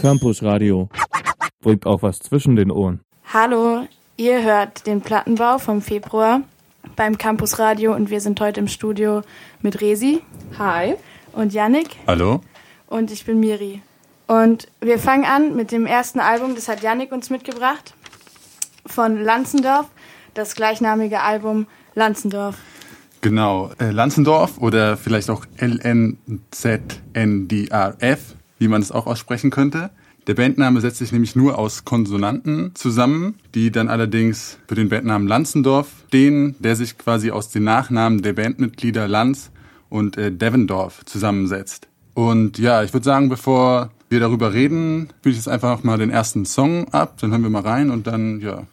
Campus Radio. Bringt auch was zwischen den Ohren. Hallo, ihr hört den Plattenbau vom Februar beim Campus Radio und wir sind heute im Studio mit Resi. Hi. Und Yannick. Hallo. Und ich bin Miri. Und wir fangen an mit dem ersten Album, das hat Yannick uns mitgebracht, von Lanzendorf, das gleichnamige Album Lanzendorf. Genau, Lanzendorf oder vielleicht auch LNZNDRF, wie man es auch aussprechen könnte. Der Bandname setzt sich nämlich nur aus Konsonanten zusammen, die dann allerdings für den Bandnamen Lanzendorf stehen, der sich quasi aus den Nachnamen der Bandmitglieder Lanz und Devendorf zusammensetzt. Und ja, ich würde sagen, bevor wir darüber reden, spiele ich jetzt einfach noch mal den ersten Song ab, dann hören wir mal rein und dann, ja.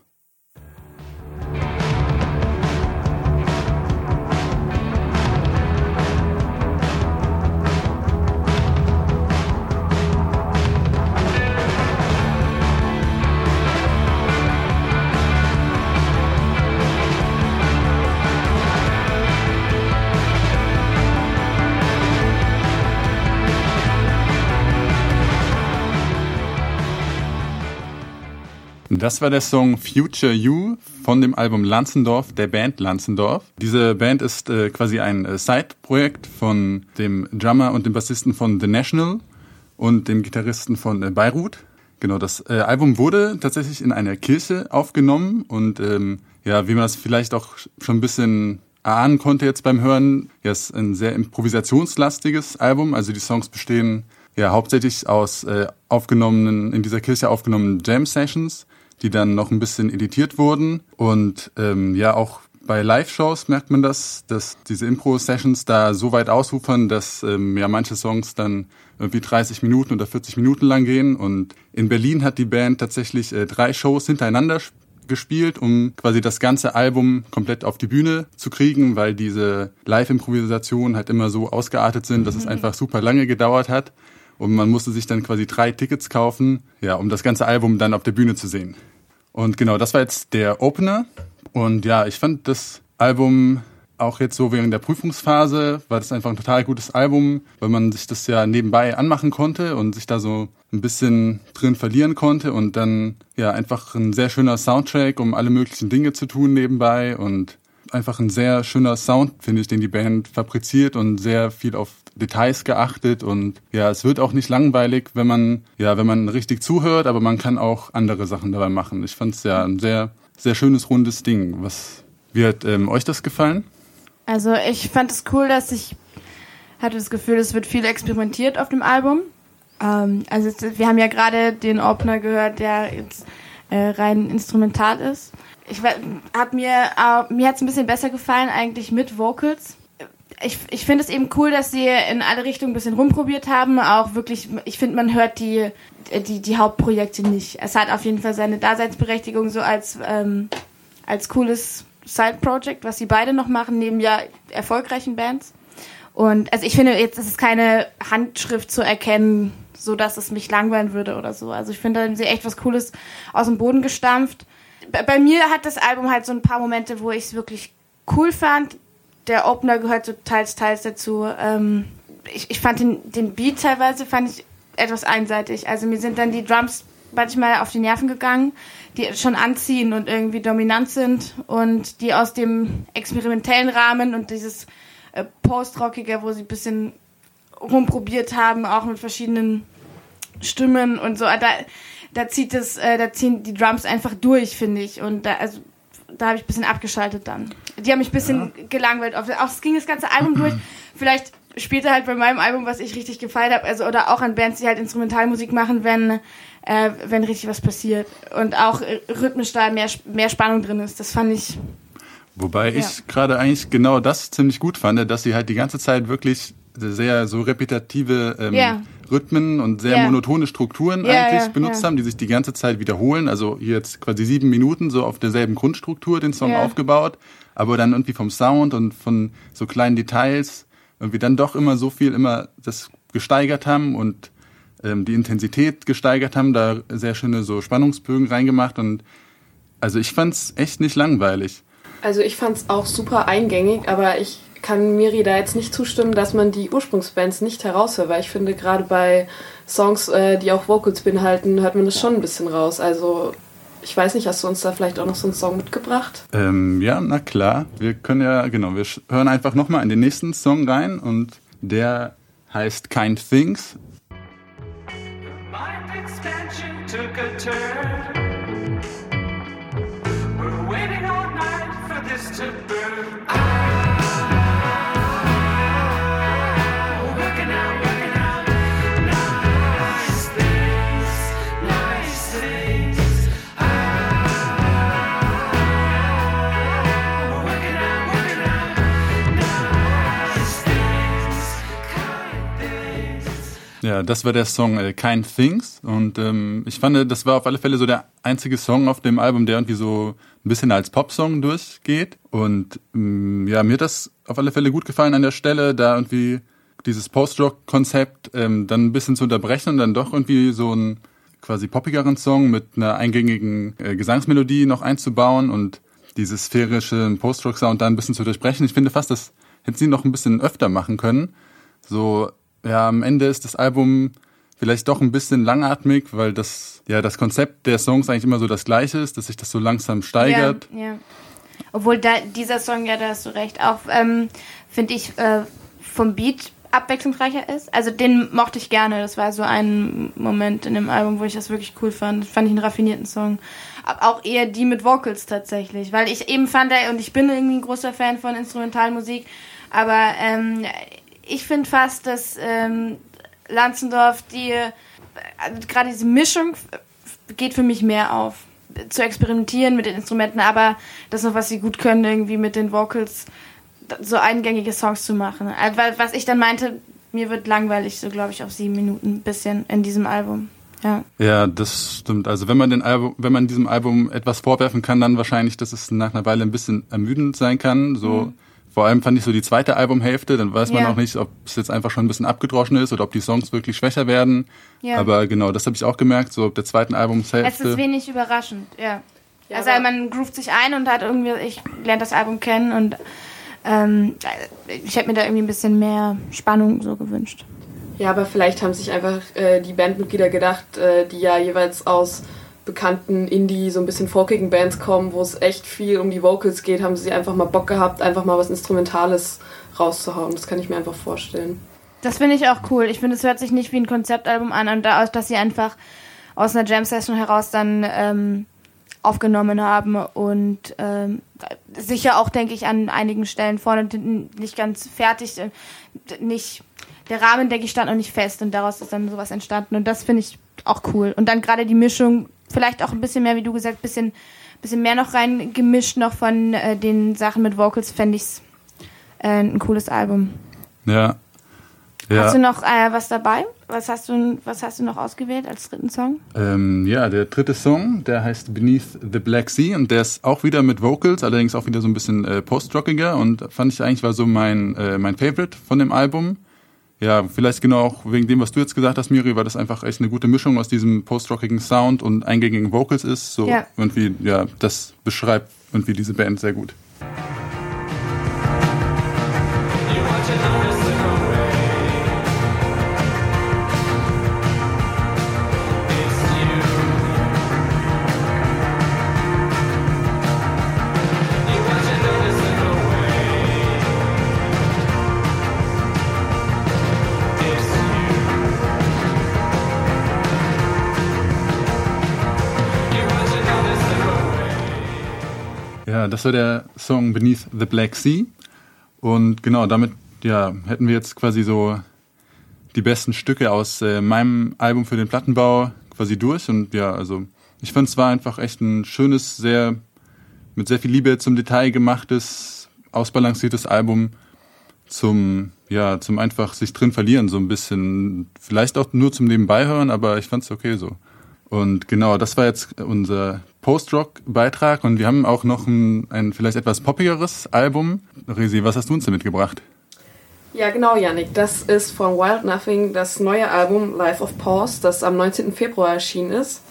Das war der Song Future You von dem Album Lanzendorf, der Band Lanzendorf. Diese Band ist quasi ein Side-Projekt von dem Drummer und dem Bassisten von The National und dem Gitarristen von Beirut. Genau, das Album wurde tatsächlich in einer Kirche aufgenommen und ja, wie man das vielleicht auch schon ein bisschen erahnen konnte jetzt beim Hören, ja, ist ein sehr improvisationslastiges Album. Also die Songs bestehen ja hauptsächlich aus in dieser Kirche aufgenommenen Jam-Sessions, die dann noch ein bisschen editiert wurden. Und ja, auch bei Live-Shows merkt man das, dass diese Impro-Sessions da so weit ausufern, dass ja manche Songs dann irgendwie 30 Minuten oder 40 Minuten lang gehen. Und in Berlin hat die Band tatsächlich 3 Shows hintereinander gespielt, um quasi das ganze Album komplett auf die Bühne zu kriegen, weil diese Live-Improvisationen halt immer so ausgeartet sind, dass es einfach super lange gedauert hat. Und man musste sich dann quasi 3 Tickets kaufen, ja, um das ganze Album dann auf der Bühne zu sehen. Und genau, das war jetzt der Opener. Und ja, ich fand das Album auch jetzt so während der Prüfungsphase, war das einfach ein total gutes Album, weil man sich das ja nebenbei anmachen konnte und sich da so ein bisschen drin verlieren konnte. Und dann ja einfach ein sehr schöner Soundtrack, um alle möglichen Dinge zu tun nebenbei. Und einfach ein sehr schöner Sound, finde ich, den die Band fabriziert und sehr viel auf Details geachtet. Und ja, es wird auch nicht langweilig, wenn man richtig zuhört, aber man kann auch andere Sachen dabei machen. Ich fand es ja ein sehr, sehr schönes, rundes Ding. Wie hat euch das gefallen? Also ich fand es cool, dass ich hatte das Gefühl, es wird viel experimentiert auf dem Album. Also wir haben ja gerade den Opener gehört, der jetzt rein instrumental ist. Mir hat es ein bisschen besser gefallen eigentlich mit Vocals. Ich finde es eben cool, dass sie in alle Richtungen ein bisschen rumprobiert haben. Auch wirklich, ich finde, man hört die Hauptprojekte nicht. Es hat auf jeden Fall seine Daseinsberechtigung so als cooles Side-Project, was sie beide noch machen, neben ja erfolgreichen Bands. Und also ich finde, jetzt ist es keine Handschrift zu erkennen, so dass es mich langweilen würde oder so. Also ich finde, da haben sie echt was Cooles aus dem Boden gestampft. Bei mir hat das Album halt so ein paar Momente, wo ich es wirklich cool fand. Der Opener gehört so teils dazu. Ich fand den Beat teilweise etwas einseitig. Also mir sind dann die Drums manchmal auf die Nerven gegangen, die schon anziehen und irgendwie dominant sind und die aus dem experimentellen Rahmen und dieses Post-Rockige, wo sie ein bisschen rumprobiert haben, auch mit verschiedenen Stimmen und so. Da ziehen die Drums einfach durch, finde ich. Und da habe ich ein bisschen abgeschaltet dann. Die haben mich ein bisschen gelangweilt. Es ging das ganze Album durch. Vielleicht später halt bei meinem Album, was ich richtig gefeiert habe, also oder auch an Bands, die halt Instrumentalmusik machen, wenn richtig was passiert. Und auch rhythmisch da mehr Spannung drin ist. Das fand ich... Wobei ich gerade eigentlich genau das ziemlich gut fand, dass sie halt die ganze Zeit wirklich sehr so repetitive Rhythmen und sehr monotone Strukturen benutzt haben, die sich die ganze Zeit wiederholen. Also hier jetzt quasi 7 Minuten so auf derselben Grundstruktur den Song aufgebaut, aber dann irgendwie vom Sound und von so kleinen Details irgendwie dann doch immer das gesteigert haben und die Intensität gesteigert haben, da sehr schöne so Spannungsbögen reingemacht und also ich fand's echt nicht langweilig. Also ich fand's auch super eingängig, aber ich kann Miri da jetzt nicht zustimmen, dass man die Ursprungsbands nicht heraushört, weil ich finde, gerade bei Songs, die auch Vocals beinhalten, hört man das schon ein bisschen raus. Also ich weiß nicht, hast du uns da vielleicht auch noch so einen Song mitgebracht? Ja, na klar. Wir können wir hören einfach nochmal in den nächsten Song rein und der heißt Kind Things. Mind extension took a turn. We're waiting all night for this to burn. Working out nice things, nice things. Working out nice things, kind things. Ja, das war der Song Kind Things und ich fand, das war auf alle Fälle so der einzige Song auf dem Album, der irgendwie so ein bisschen als Popsong durchgeht und ja, mir hat das auf alle Fälle gut gefallen an der Stelle, da irgendwie dieses Post-Rock-Konzept dann ein bisschen zu unterbrechen und dann doch irgendwie so einen quasi poppigeren Song mit einer eingängigen Gesangsmelodie noch einzubauen und dieses sphärische Post-Rock-Sound da ein bisschen zu durchbrechen. Ich finde fast, das hätten sie noch ein bisschen öfter machen können. So, ja, am Ende ist das Album vielleicht doch ein bisschen langatmig, weil das Konzept der Songs eigentlich immer so das gleiche ist, dass sich das so langsam steigert. Ja. Obwohl dieser Song, ja, da hast du recht, auch finde ich vom Beat abwechslungsreicher ist. Also den mochte ich gerne. Das war so ein Moment in dem Album, wo ich das wirklich cool fand. Fand ich einen raffinierten Song. Aber auch eher die mit Vocals tatsächlich. Weil ich eben fand, und ich bin irgendwie ein großer Fan von Instrumentalmusik, aber ich finde fast, dass Lanzendorf gerade diese Mischung geht für mich mehr auf. Zu experimentieren mit den Instrumenten, aber das noch, was sie gut können, irgendwie mit den Vocals so eingängige Songs zu machen. Weil, was ich dann meinte, mir wird langweilig, so glaube ich auf 7 Minuten ein bisschen in diesem Album. Ja, das stimmt. Also wenn man diesem Album etwas vorwerfen kann, dann wahrscheinlich, dass es nach einer Weile ein bisschen ermüdend sein kann. So vor allem fand ich so die zweite Albumhälfte, dann weiß man auch nicht, ob es jetzt einfach schon ein bisschen abgedroschen ist oder ob die Songs wirklich schwächer werden. Ja. Aber genau, das habe ich auch gemerkt, so ab der zweiten Albumshälfte. Es ist wenig überraschend, ja. Also man groovt sich ein und hat irgendwie, ich lerne das Album kennen und ich hätte mir da irgendwie ein bisschen mehr Spannung so gewünscht. Ja, aber vielleicht haben sich einfach die Bandmitglieder gedacht, die ja jeweils aus bekannten Indie, so ein bisschen folkigen Bands kommen, wo es echt viel um die Vocals geht, haben sie einfach mal Bock gehabt, einfach mal was Instrumentales rauszuhauen. Das kann ich mir einfach vorstellen. Das finde ich auch cool. Ich finde, es hört sich nicht wie ein Konzeptalbum an und dass sie einfach aus einer Jam-Session heraus dann aufgenommen haben und sicher auch, denke ich, an einigen Stellen vorne nicht ganz fertig, der Rahmen, denke ich, stand noch nicht fest und daraus ist dann sowas entstanden und das finde ich auch cool. Und dann gerade die Mischung, vielleicht auch ein bisschen mehr, wie du gesagt, bisschen mehr noch reingemischt noch von den Sachen mit Vocals, fände ich es ein cooles Album. Ja. Hast du noch was dabei? Was hast du noch ausgewählt als dritten Song? Der dritte Song, der heißt Beneath the Black Sea und der ist auch wieder mit Vocals, allerdings auch wieder so ein bisschen post-rockiger und fand ich eigentlich war so mein Favorite von dem Album. Ja, vielleicht genau auch wegen dem, was du jetzt gesagt hast, Miri, weil das einfach echt eine gute Mischung aus diesem post-rockigen Sound und eingängigen Vocals ist. So irgendwie, ja, das beschreibt irgendwie diese Band sehr gut. Ja, das war der Song Beneath the Black Sea und genau, damit hätten wir jetzt quasi so die besten Stücke aus meinem Album für den Plattenbau quasi durch und ja, also ich fand es war einfach echt ein schönes, mit sehr viel Liebe zum Detail gemachtes, ausbalanciertes Album zum einfach sich drin verlieren, so ein bisschen, vielleicht auch nur zum Nebenbeihören, aber ich fand es okay so. Und genau, das war jetzt unser Post-Rock-Beitrag und wir haben auch noch ein vielleicht etwas poppigeres Album. Resi, was hast du uns denn mitgebracht? Ja, genau, Yannick. Das ist von Wild Nothing, das neue Album Life of Pause, das am 19. Februar erschienen ist.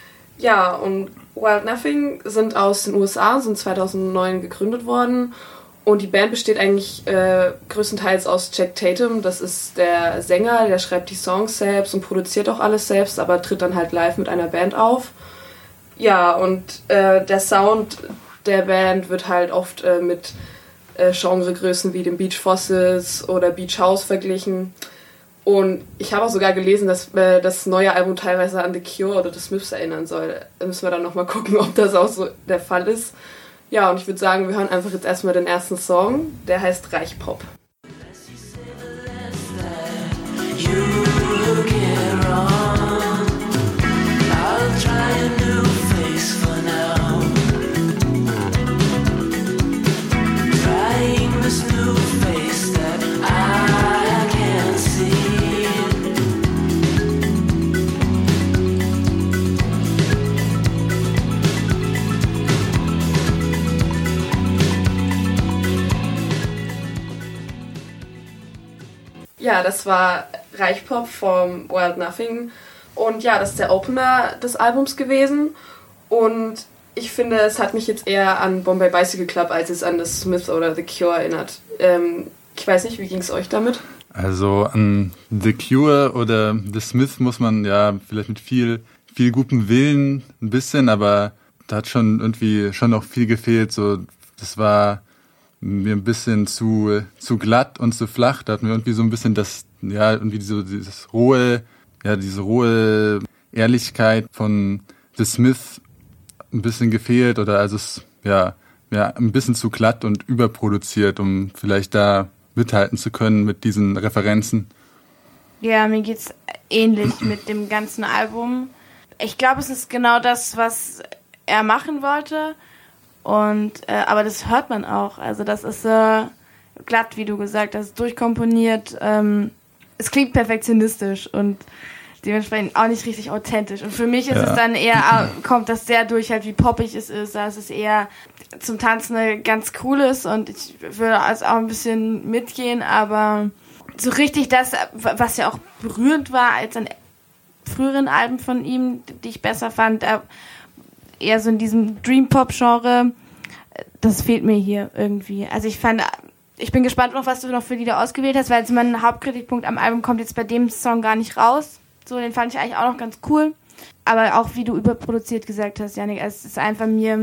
Ja, und Wild Nothing sind aus den USA, sind 2009 gegründet worden Und die Band besteht eigentlich größtenteils aus Jack Tatum. Das ist der Sänger, der schreibt die Songs selbst und produziert auch alles selbst, aber tritt dann halt live mit einer Band auf. Ja, und der Sound der Band wird halt oft mit Genregrößen wie dem Beach Fossils oder Beach House verglichen. Und ich habe auch sogar gelesen, dass das neue Album teilweise an The Cure oder The Smiths erinnern soll. Da müssen wir dann nochmal gucken, ob das auch so der Fall ist. Ja, und ich würde sagen, wir hören einfach jetzt erstmal den ersten Song, der heißt Reichpop. Ja, das war Reichpop vom Wild Nothing. Und ja, das ist der Opener des Albums gewesen. Und ich finde, es hat mich jetzt eher an Bombay Bicycle Club als es an The Smiths oder The Cure erinnert. Ich weiß nicht, wie ging es euch damit? Also an The Cure oder The Smiths muss man ja vielleicht mit viel gutem Willen ein bisschen, aber da hat schon irgendwie schon noch viel gefehlt. So, das war mir ein bisschen zu glatt und zu flach. Da hatten wir irgendwie so ein bisschen diese rohe Ehrlichkeit von The Smiths ein bisschen gefehlt, oder also es ein bisschen zu glatt und überproduziert, um vielleicht da mithalten zu können mit diesen Referenzen. Ja, mir geht's ähnlich mit dem ganzen Album. Ich glaube, es ist genau das, was er machen wollte. Und aber das hört man auch. Also das ist glatt, wie du gesagt hast, durchkomponiert. Es klingt perfektionistisch und dementsprechend auch nicht richtig authentisch. Und für mich ist es dann eher, kommt das sehr durch, halt wie poppig es ist. Da ist es eher zum Tanzen ganz cool ist und ich würde also auch ein bisschen mitgehen, aber so richtig das, was ja auch berührend war als an früheren Alben von ihm, die ich besser fand, eher so in diesem Dream-Pop-Genre, das fehlt mir hier irgendwie. Also ich bin gespannt noch, was du noch für Lieder ausgewählt hast, weil mein Hauptkritikpunkt am Album kommt jetzt bei dem Song gar nicht raus. So, den fand ich eigentlich auch noch ganz cool. Aber auch, wie du überproduziert gesagt hast, Yannick, es ist einfach mir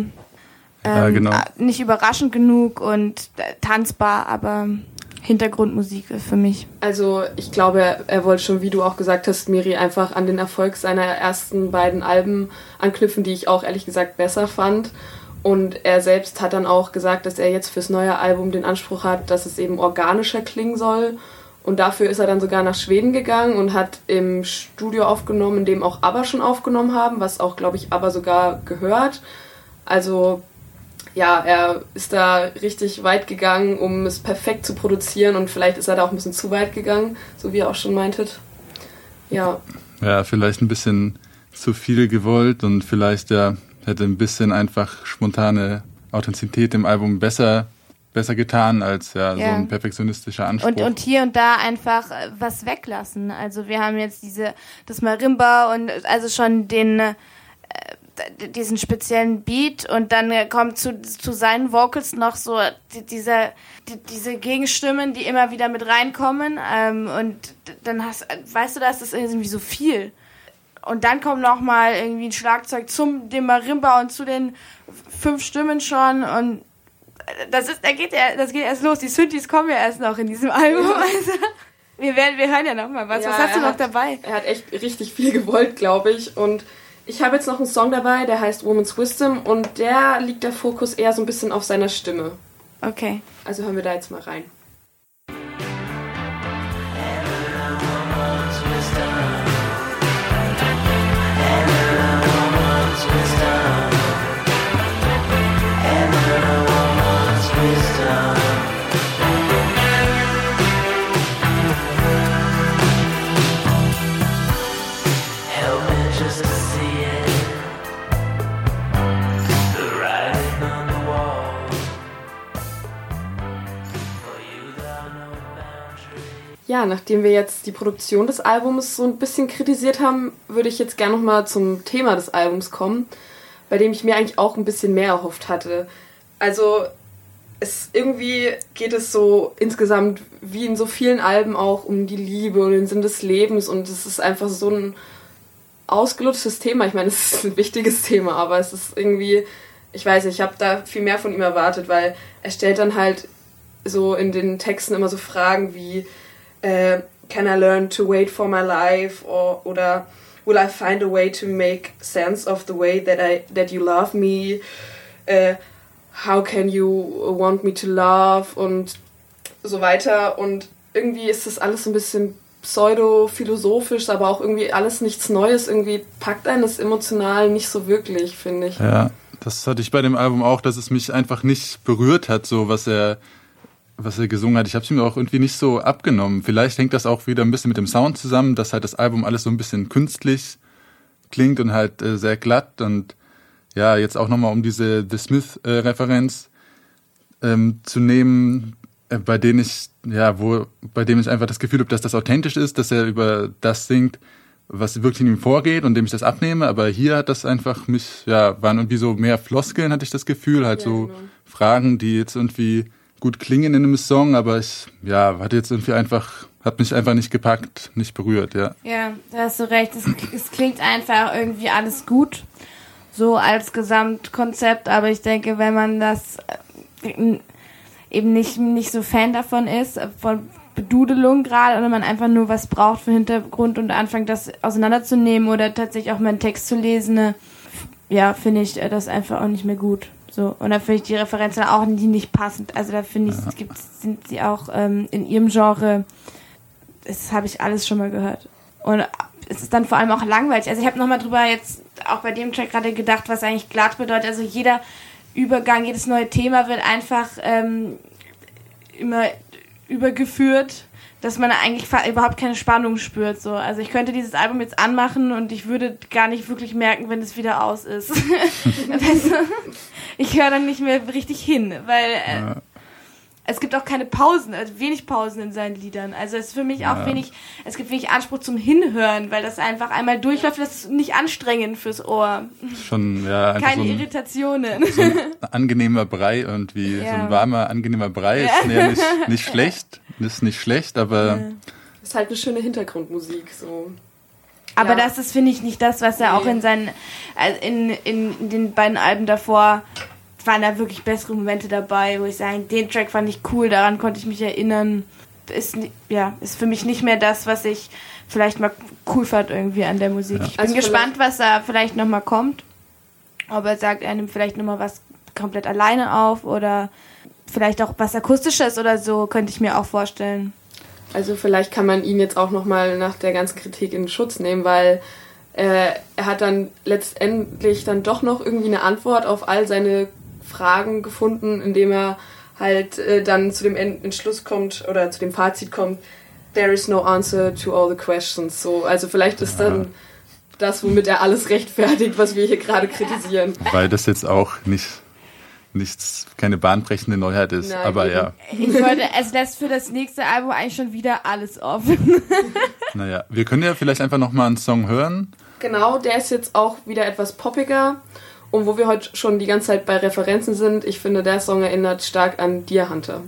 nicht überraschend genug und tanzbar, aber Hintergrundmusik für mich. Also ich glaube, er wollte schon, wie du auch gesagt hast, Miri, einfach an den Erfolg seiner ersten beiden Alben anknüpfen, die ich auch ehrlich gesagt besser fand. Und er selbst hat dann auch gesagt, dass er jetzt fürs neue Album den Anspruch hat, dass es eben organischer klingen soll. Und dafür ist er dann sogar nach Schweden gegangen und hat im Studio aufgenommen, in dem auch ABBA schon aufgenommen haben, was auch, glaube ich, ABBA sogar gehört. Also ja, er ist da richtig weit gegangen, um es perfekt zu produzieren, und vielleicht ist er da auch ein bisschen zu weit gegangen, so wie ihr auch schon meintet. Ja. Ja, vielleicht ein bisschen zu viel gewollt und vielleicht hätte ein bisschen einfach spontane Authentizität im Album besser getan als so ein perfektionistischer Anspruch. Und hier und da einfach was weglassen. Also wir haben jetzt das Marimba und also schon diesen speziellen Beat, und dann kommt zu seinen Vocals noch so diese Gegenstimmen, die immer wieder mit reinkommen, und dann weißt du, da ist das irgendwie so viel. Und dann kommt noch mal irgendwie ein Schlagzeug dem Marimba und zu den 5 Stimmen schon, und das geht erst los. Die Synthes kommen ja erst noch in diesem Album. Also, wir hören ja noch mal was. Was hast du noch dabei? Er hat echt richtig viel gewollt, glaube ich, und ich habe jetzt noch einen Song dabei, der heißt Woman's Wisdom, und der liegt der Fokus eher so ein bisschen auf seiner Stimme. Okay. Also hören wir da jetzt mal rein. Ja, nachdem wir jetzt die Produktion des Albums so ein bisschen kritisiert haben, würde ich jetzt gerne nochmal zum Thema des Albums kommen, bei dem ich mir eigentlich auch ein bisschen mehr erhofft hatte. Also, irgendwie geht es so insgesamt wie in so vielen Alben auch um die Liebe und den Sinn des Lebens und es ist einfach so ein ausgelutschtes Thema. Ich meine, es ist ein wichtiges Thema, aber es ist irgendwie, ich weiß nicht, ich habe da viel mehr von ihm erwartet, weil er stellt dann halt so in den Texten immer so Fragen wie Can I learn to wait for my life oder Will I find a way to make sense of the way that you love me? How can you want me to love? Und so weiter. Und irgendwie ist das alles so ein bisschen pseudo-philosophisch, aber auch irgendwie alles nichts Neues. Irgendwie packt einen das emotional nicht so wirklich, finde ich. Ja, das hatte ich bei dem Album auch, dass es mich einfach nicht berührt hat, so was er gesungen hat. Ich habe es mir auch irgendwie nicht so abgenommen. Vielleicht hängt das auch wieder ein bisschen mit dem Sound zusammen, dass halt das Album alles so ein bisschen künstlich klingt und halt sehr glatt und ja, jetzt auch nochmal um diese The Smith-Referenz zu nehmen, bei dem ich einfach das Gefühl habe, dass das authentisch ist, dass er über das singt, was wirklich in ihm vorgeht und dem ich das abnehme, aber hier hat das einfach waren irgendwie so mehr Floskeln, hatte ich das Gefühl, halt ja, so genau. Fragen, die jetzt irgendwie gut klingen in einem Song, aber hat mich einfach nicht gepackt, nicht berührt, ja. Ja, da hast du recht, es klingt einfach irgendwie alles gut, so als Gesamtkonzept, aber ich denke, wenn man das eben nicht so Fan davon ist, von Bedudelung gerade, oder man einfach nur was braucht für Hintergrund und anfängt, das auseinanderzunehmen oder tatsächlich auch mal einen Text zu lesen, finde ich das einfach auch nicht mehr gut. So, und da finde ich die Referenzen auch nicht passend. Also da finde ich, sind sie auch in ihrem Genre, das habe ich alles schon mal gehört. Und es ist dann vor allem auch langweilig. Also ich habe nochmal drüber jetzt auch bei dem Track gerade gedacht, was eigentlich glatt bedeutet. Also jeder Übergang, jedes neue Thema wird einfach immer übergeführt, dass man eigentlich überhaupt keine Spannung spürt. So. Also ich könnte dieses Album jetzt anmachen und ich würde gar nicht wirklich merken, wenn es wieder aus ist. Weißt du? Ich höre dann nicht mehr richtig hin, weil es gibt auch keine Pausen, also wenig Pausen in seinen Liedern. Also es ist für mich auch es gibt wenig Anspruch zum Hinhören, weil das einfach einmal durchläuft, das ist nicht anstrengend fürs Ohr. Schon, einfach keine Irritationen. So ein angenehmer Brei irgendwie, so ein warmer, angenehmer Brei ist ja nicht schlecht, ist nicht schlecht, aber... Ist halt eine schöne Hintergrundmusik, so. Aber das ist, finde ich, nicht das, was er auch in seinen, in den beiden Alben davor, waren da wirklich bessere Momente dabei, wo ich sage, den Track fand ich cool, daran konnte ich mich erinnern. Ist für mich nicht mehr das, was ich vielleicht mal cool fand irgendwie an der Musik. Ja. Ich bin gespannt, was da vielleicht nochmal kommt. Ob er sagt, er nimmt vielleicht nochmal was komplett alleine auf oder vielleicht auch was Akustisches oder so, könnte ich mir auch vorstellen. Also vielleicht kann man ihn jetzt auch nochmal nach der ganzen Kritik in Schutz nehmen, weil er hat dann letztendlich dann doch noch irgendwie eine Antwort auf all seine Fragen gefunden, indem er halt dann zu dem Entschluss kommt oder zu dem Fazit kommt, there is no answer to all the questions. So, also vielleicht ist dann das, womit er alles rechtfertigt, was wir hier gerade kritisieren. Weil das jetzt auch keine bahnbrechende Neuheit ist, nein, aber ja. Es lässt für das nächste Album eigentlich schon wieder alles offen. Naja, wir können ja vielleicht einfach nochmal einen Song hören. Genau, der ist jetzt auch wieder etwas poppiger. Und wo wir heute schon die ganze Zeit bei Referenzen sind, ich finde, der Song erinnert stark an Deer Hunter.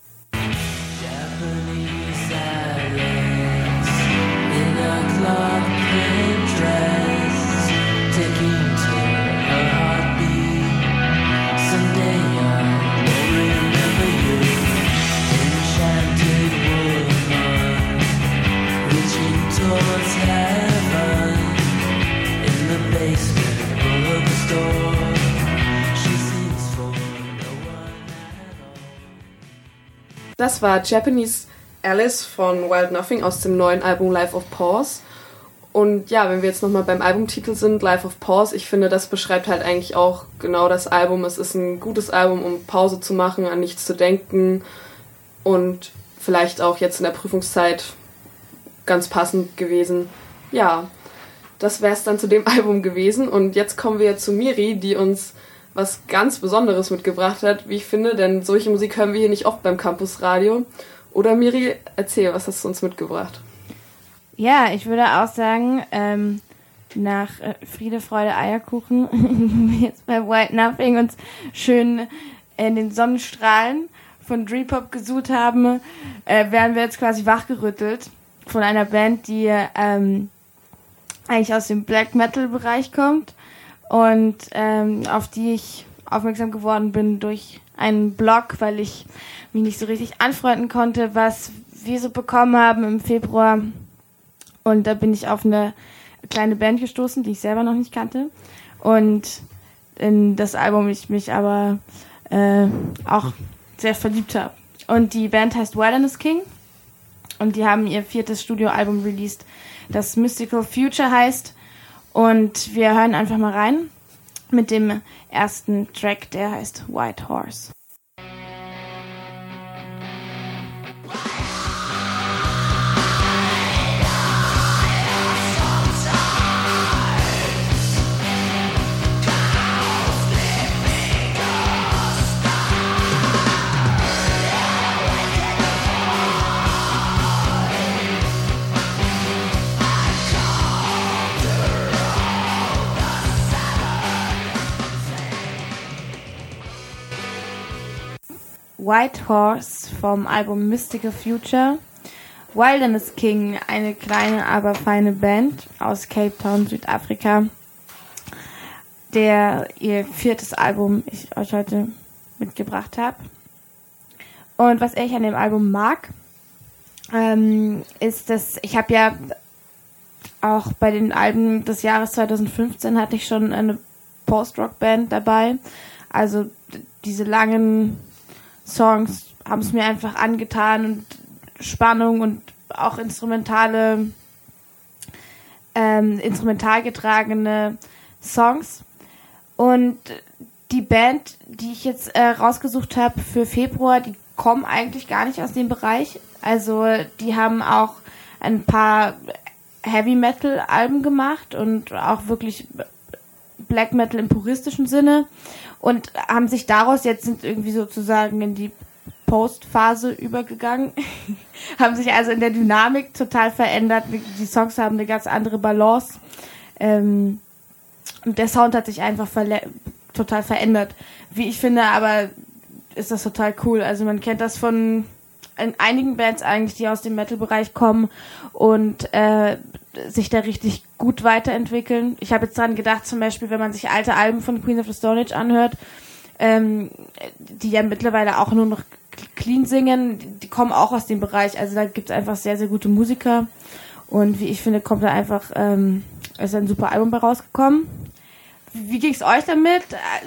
Das war Japanese Alice von Wild Nothing aus dem neuen Album Life of Pause. Und ja, wenn wir jetzt nochmal beim Albumtitel sind, Life of Pause, ich finde, das beschreibt halt eigentlich auch genau das Album. Es ist ein gutes Album, um Pause zu machen, an nichts zu denken und vielleicht auch jetzt in der Prüfungszeit ganz passend gewesen. Ja, das wäre es dann zu dem Album gewesen. Und jetzt kommen wir zu Miri, die uns was ganz Besonderes mitgebracht hat, wie ich finde, denn solche Musik hören wir hier nicht oft beim Campusradio. Oder Miri, erzähl, was hast du uns mitgebracht? Ja, ich würde auch sagen, nach Friede, Freude, Eierkuchen, jetzt bei Wild Nothing uns schön in den Sonnenstrahlen von Dream Pop gesucht haben, werden wir jetzt quasi wachgerüttelt von einer Band, die eigentlich aus dem Black Metal Bereich kommt und auf die ich aufmerksam geworden bin durch einen Blog, weil ich mich nicht so richtig anfreunden konnte, was wir so bekommen haben im Februar. Und da bin ich auf eine kleine Band gestoßen, die ich selber noch nicht kannte. Und in das Album ich mich aber auch sehr verliebt habe. Und die Band heißt Wilderness King. Und die haben ihr 4. Studioalbum released, das Mystical Future heißt. Und wir hören einfach mal rein mit dem ersten Track, der heißt White Horse. White Horse vom Album Mystical Future. Wilderness King, eine kleine, aber feine Band aus Cape Town, Südafrika, der ihr 4. Album ich euch heute mitgebracht habe. Und was ich an dem Album mag, ist, dass ich habe ja auch bei den Alben des Jahres 2015 hatte ich schon eine Post-Rock-Band dabei. Also diese langen Songs haben es mir einfach angetan und Spannung und auch instrumental getragene Songs. Und die Band, die ich jetzt rausgesucht habe für Februar, die kommen eigentlich gar nicht aus dem Bereich. Also die haben auch ein paar Heavy Metal Alben gemacht und auch wirklich Black Metal im puristischen Sinne und haben sich daraus jetzt sind irgendwie sozusagen in die Post-Phase übergegangen, haben sich also in der Dynamik total verändert. Die Songs haben eine ganz andere Balance und der Sound hat sich einfach total verändert. Wie ich finde, aber ist das total cool. Also man kennt das von einigen Bands eigentlich, die aus dem Metal-Bereich kommen und sich da richtig gut weiterentwickeln. Ich habe jetzt dran gedacht, zum Beispiel, wenn man sich alte Alben von Queens of the Stone Age anhört, die ja mittlerweile auch nur noch clean singen, die kommen auch aus dem Bereich. Also da gibt es einfach sehr, sehr gute Musiker und wie ich finde, kommt da einfach ist ein super Album bei rausgekommen. Wie ging es euch damit?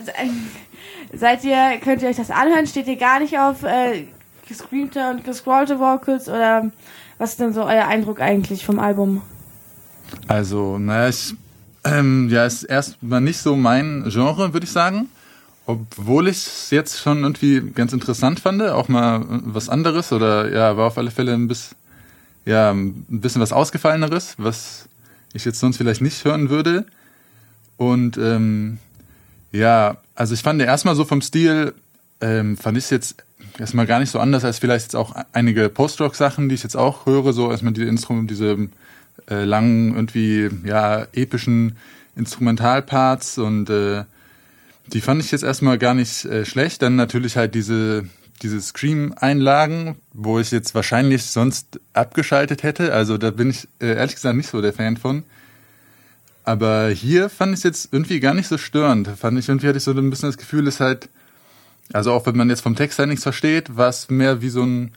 Könnt ihr euch das anhören? Steht ihr gar nicht auf gescreamte und gescrollte Vocals oder was ist denn so euer Eindruck eigentlich vom Album? Also, ist erstmal nicht so mein Genre, würde ich sagen. Obwohl ich es jetzt schon irgendwie ganz interessant fand, auch mal was anderes oder ja, war auf alle Fälle ein bisschen was Ausgefalleneres, was ich jetzt sonst vielleicht nicht hören würde. Und also ich fand erstmal so vom Stil, fand ich es jetzt erstmal gar nicht so anders als vielleicht jetzt auch einige Post-Rock-Sachen, die ich jetzt auch höre, so erstmal diese langen, irgendwie, epischen Instrumentalparts und die fand ich jetzt erstmal gar nicht schlecht. Dann natürlich halt diese Scream-Einlagen, wo ich jetzt wahrscheinlich sonst abgeschaltet hätte. Also da bin ich ehrlich gesagt nicht so der Fan von. Aber hier fand ich es jetzt irgendwie gar nicht so störend. Hatte ich so ein bisschen das Gefühl, ist halt, also auch wenn man jetzt vom Text halt nichts versteht, war es mehr wie so ein,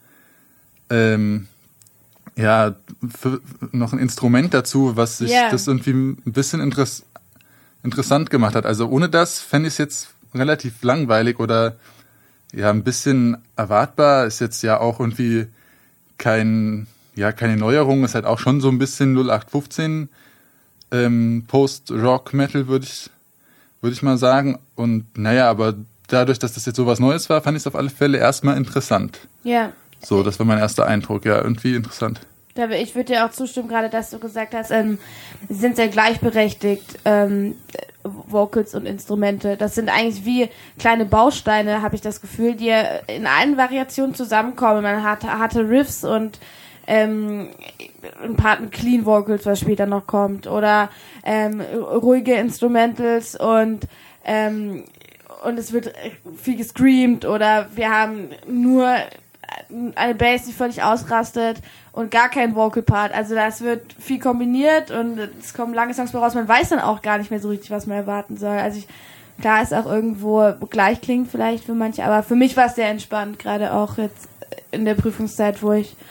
noch ein Instrument dazu, was sich das irgendwie ein bisschen interessant gemacht hat. Also ohne das fände ich es jetzt relativ langweilig oder ein bisschen erwartbar. Ist jetzt ja auch irgendwie keine Neuerung. Ist halt auch schon so ein bisschen 0815 Post-Rock-Metal, würde ich mal sagen. Und aber dadurch, dass das jetzt sowas Neues war, fand ich es auf alle Fälle erstmal interessant. Ja. So, das war mein erster Eindruck. Ja, irgendwie interessant. Ich würde dir auch zustimmen, gerade dass du gesagt hast, sie sind sehr gleichberechtigt, Vocals und Instrumente. Das sind eigentlich wie kleine Bausteine, habe ich das Gefühl, die in allen Variationen zusammenkommen. Man hat harte Riffs und ein Part mit Clean Vocals, was später noch kommt, oder ruhige Instrumentals und und es wird viel gescreamt oder wir haben nur eine Bass, die völlig ausrastet und gar kein Vocal Part. Also das wird viel kombiniert und es kommen lange Songs raus. Man weiß dann auch gar nicht mehr so richtig, was man erwarten soll. Also klar ist auch irgendwo gleich klingt vielleicht für manche, aber für mich war es sehr entspannt, gerade auch jetzt in der Prüfungszeit, wo ich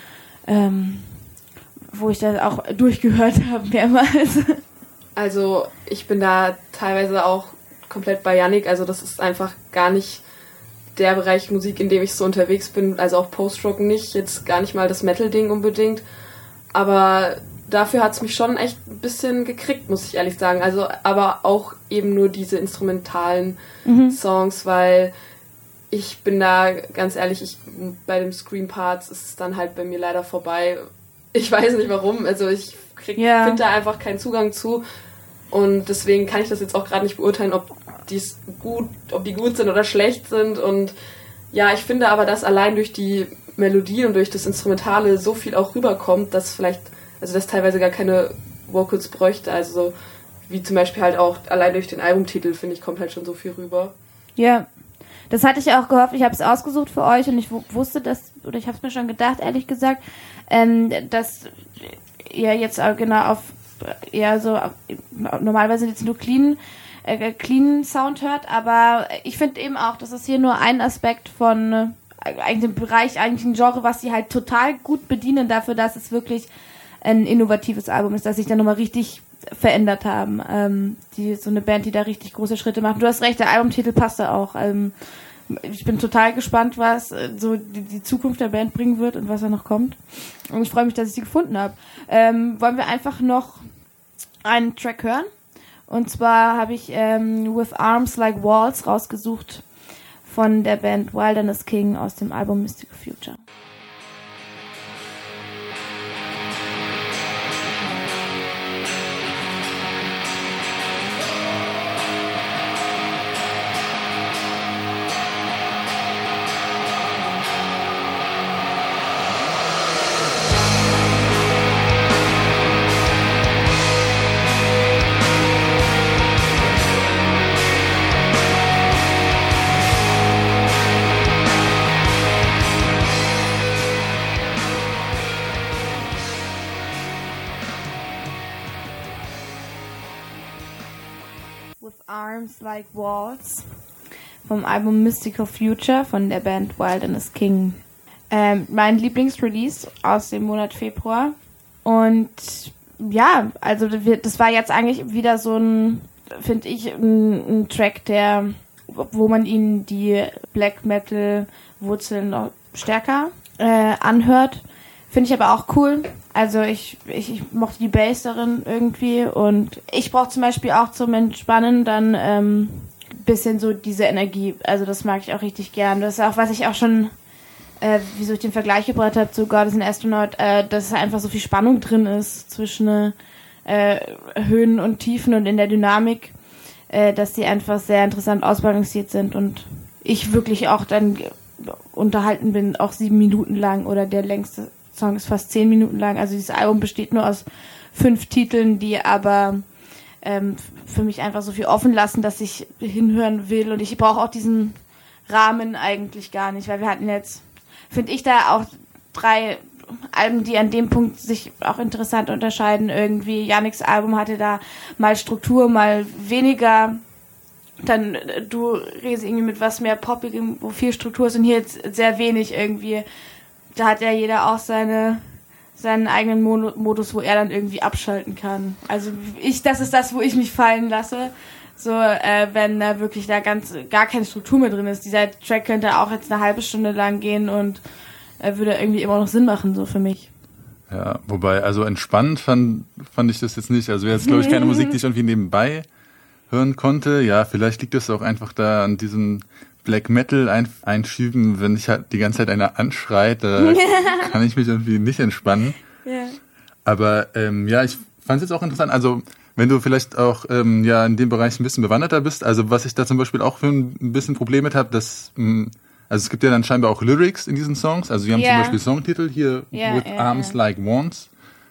das auch durchgehört habe mehrmals. Also ich bin da teilweise auch komplett bei Yannick, also das ist einfach gar nicht der Bereich Musik, in dem ich so unterwegs bin, also auch Post-Rock nicht, jetzt gar nicht mal das Metal-Ding unbedingt, aber dafür hat es mich schon echt ein bisschen gekriegt, muss ich ehrlich sagen, also aber auch eben nur diese instrumentalen Songs, weil ich bin da, ganz ehrlich, bei dem Scream-Parts ist es dann halt bei mir leider vorbei. Ich weiß nicht warum, also ich finde da einfach keinen Zugang zu und deswegen kann ich das jetzt auch gerade nicht beurteilen, ob die gut sind oder schlecht sind und ja, ich finde aber, dass allein durch die Melodie und durch das Instrumentale so viel auch rüberkommt, dass dass teilweise gar keine Vocals bräuchte, also wie zum Beispiel halt auch allein durch den Albumtitel, finde ich, kommt halt schon so viel rüber. Ja, das hatte ich auch gehofft, ich habe es ausgesucht für euch und ich wusste das, oder ich habe es mir schon gedacht, ehrlich gesagt, dass ihr jetzt auch genau auf eher so normalerweise jetzt nur clean Sound hört, aber ich finde eben auch, das ist hier nur ein Aspekt von eigentlich dem Bereich, eigentlich ein Genre, was sie halt total gut bedienen dafür, dass es wirklich ein innovatives Album ist, dass sich da nochmal richtig verändert haben. So eine Band, die da richtig große Schritte macht. Du hast recht, der Albumtitel passt da auch. Ich bin total gespannt, was so die Zukunft der Band bringen wird und was da noch kommt. Und ich freue mich, dass ich sie gefunden habe. Wollen wir einfach noch einen Track hören? Und zwar habe ich With Arms Like Walls rausgesucht von der Band Wilderness King aus dem Album Mystical Future. Arms Like Walls vom Album Mystical Future von der Band Wilderness King. Mein Lieblingsrelease aus dem Monat Februar. Und ja, also das war jetzt eigentlich wieder so ein, finde ich, ein Track, wo man ihnen die Black Metal Wurzeln noch stärker anhört. Finde ich aber auch cool. Also ich mochte die Bass darin irgendwie und ich brauche zum Beispiel auch zum Entspannen dann bisschen so diese Energie. Also das mag ich auch richtig gern. Das ist auch, was ich auch schon, wieso ich den Vergleich gebracht habe zu God is an Astronaut, dass einfach so viel Spannung drin ist zwischen Höhen und Tiefen und in der Dynamik, dass die einfach sehr interessant ausbalanciert sind und ich wirklich auch dann unterhalten bin, auch 7 Minuten lang oder der längste Song ist fast 10 Minuten lang. Also dieses Album besteht nur aus 5 Titeln, die aber für mich einfach so viel offen lassen, dass ich hinhören will. Und ich brauche auch diesen Rahmen eigentlich gar nicht, weil wir hatten jetzt, finde ich, da auch 3 Alben, die an dem Punkt sich auch interessant unterscheiden. Irgendwie Yannicks Album hatte da mal Struktur, mal weniger. Dann du redest irgendwie mit was mehr Poppigem, wo viel Struktur ist und hier jetzt sehr wenig irgendwie. Da hat ja jeder auch seinen eigenen Modus, wo er dann irgendwie abschalten kann. Also das ist das, wo ich mich fallen lasse. So, wenn da wirklich da gar keine Struktur mehr drin ist. Dieser Track könnte auch jetzt eine halbe Stunde lang gehen und würde irgendwie immer noch Sinn machen, so für mich. Ja, wobei, also entspannt fand ich das jetzt nicht. Also wäre jetzt, glaube ich, keine Musik, die ich irgendwie nebenbei hören konnte. Ja, vielleicht liegt es auch einfach da an diesem Black Metal einschieben, wenn ich halt die ganze Zeit einer anschreit, da kann ich mich irgendwie nicht entspannen. Yeah. Aber ja, ich fand es jetzt auch interessant. Also wenn du vielleicht auch ja in dem Bereich ein bisschen bewanderter bist, also was ich da zum Beispiel auch für ein bisschen Problem mit habe, dass also es gibt ja dann scheinbar auch Lyrics in diesen Songs. Also wir haben zum Beispiel Songtitel hier With Arms Like Wands.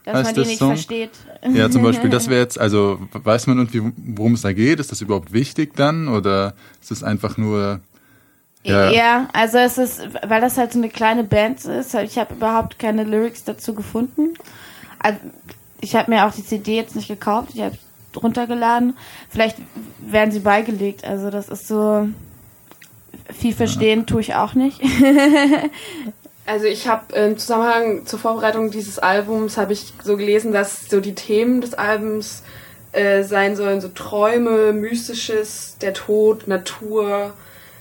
dass heißt man die der nicht Song. versteht. Ja, zum Beispiel, das wäre jetzt, also weiß man irgendwie, worum es da geht? Ist das überhaupt wichtig dann? Oder ist es einfach nur... Ja, also es ist, weil das halt so eine kleine Band ist, ich habe überhaupt keine Lyrics dazu gefunden. Also, ich habe mir auch die CD jetzt nicht gekauft, ich habe runtergeladen. Vielleicht werden sie beigelegt, also das ist so, viel verstehen tue ich auch nicht. Also ich habe im Zusammenhang zur Vorbereitung dieses Albums habe ich so gelesen, dass so die Themen des Albums sein sollen, so Träume, Mystisches, der Tod, Natur,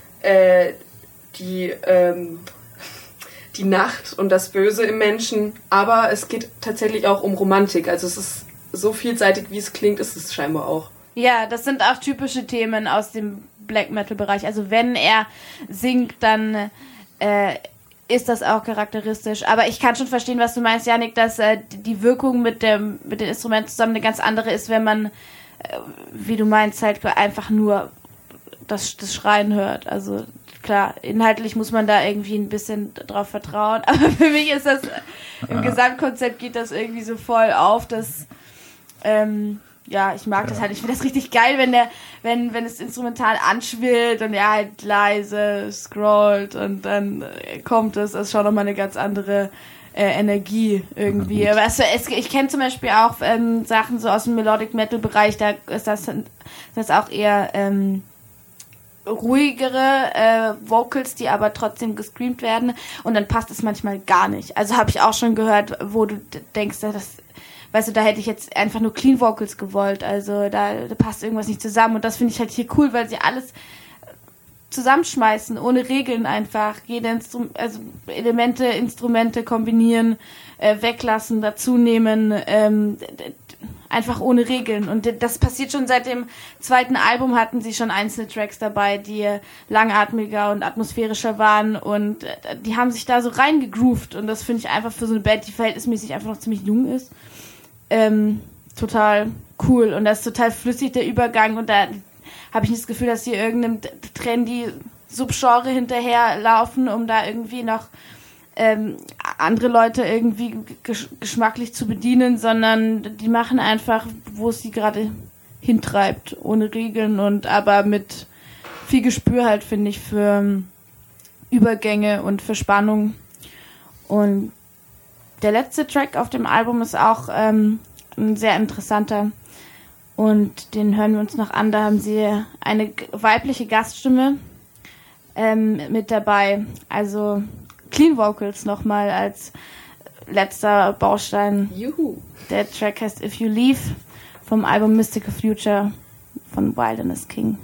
die Nacht und das Böse im Menschen, aber es geht tatsächlich auch um Romantik. Also es ist so vielseitig, wie es klingt, ist es scheinbar auch. Ja, das sind auch typische Themen aus dem Black Metal Bereich. Also wenn er singt, dann ist das auch charakteristisch. Aber ich kann schon verstehen, was du meinst, Yannick, dass die Wirkung mit den Instrumenten zusammen eine ganz andere ist, wenn man, wie du meinst, halt einfach nur das Schreien hört. Also klar, inhaltlich muss man da irgendwie ein bisschen drauf vertrauen, aber für mich ist das, im Gesamtkonzept geht das irgendwie so voll auf, dass, ich mag das halt. Ich finde das richtig geil, wenn es instrumental anschwillt und er halt leise scrollt und dann kommt es. Das ist schon nochmal eine ganz andere Energie irgendwie. Weißt du, ich kenne zum Beispiel auch Sachen so aus dem Melodic Metal Bereich, da ist das auch eher ruhigere Vocals, die aber trotzdem gescreamt werden und dann passt es manchmal gar nicht. Also habe ich auch schon gehört, wo du denkst, weißt du, da hätte ich jetzt einfach nur Clean Vocals gewollt, also da passt irgendwas nicht zusammen und das finde ich halt hier cool, weil sie alles zusammenschmeißen, ohne Regeln einfach, jede Elemente, Instrumente kombinieren, weglassen, dazunehmen, einfach ohne Regeln. Und das passiert schon seit dem zweiten Album, hatten sie schon einzelne Tracks dabei, die langatmiger und atmosphärischer waren und die haben sich da so reingegroovt und das finde ich einfach für so eine Band, die verhältnismäßig einfach noch ziemlich jung ist, total cool und das ist total flüssig, der Übergang und da habe ich nicht das Gefühl, dass sie irgendeinem trendy Subgenre hinterherlaufen, um da irgendwie noch andere Leute irgendwie geschmacklich zu bedienen, sondern die machen einfach, wo es sie gerade hintreibt, ohne Regeln und aber mit viel Gespür halt, finde ich, für Übergänge und für Spannung. Und der letzte Track auf dem Album ist auch ein sehr interessanter und den hören wir uns noch an. Da haben sie eine weibliche Gaststimme mit dabei, also Clean Vocals nochmal als letzter Baustein. Juhu. Der Track heißt If You Leave vom Album Mystical Future von Wilderness King.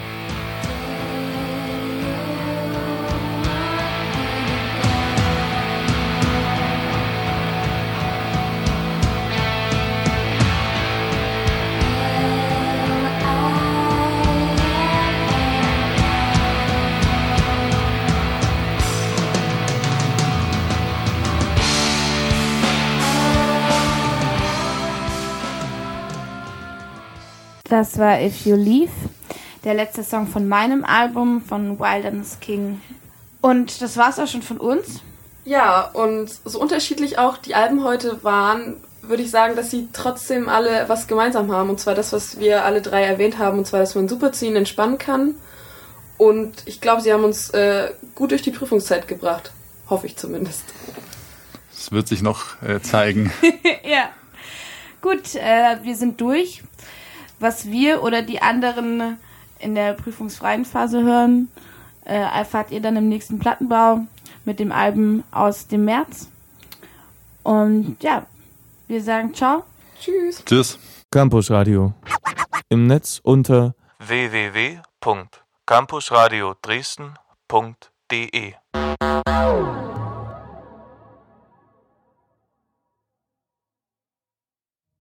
Das war If You Leave, der letzte Song von meinem Album, von Wilderness King. Und das war's auch schon von uns. Ja, und so unterschiedlich auch die Alben heute waren, würde ich sagen, dass sie trotzdem alle was gemeinsam haben. Und zwar das, was wir alle drei erwähnt haben, und zwar, dass man super zu ihnen entspannen kann. Und ich glaube, sie haben uns gut durch die Prüfungszeit gebracht. Hoffe ich zumindest. Das wird sich noch zeigen. Ja. Gut, wir sind durch. Was wir oder die anderen in der prüfungsfreien Phase hören, erfahrt ihr dann im nächsten Plattenbau mit dem Album aus dem März. Und ja, wir sagen ciao. Tschüss. Tschüss. Campus Radio. Im Netz unter www.campusradio Dresden.de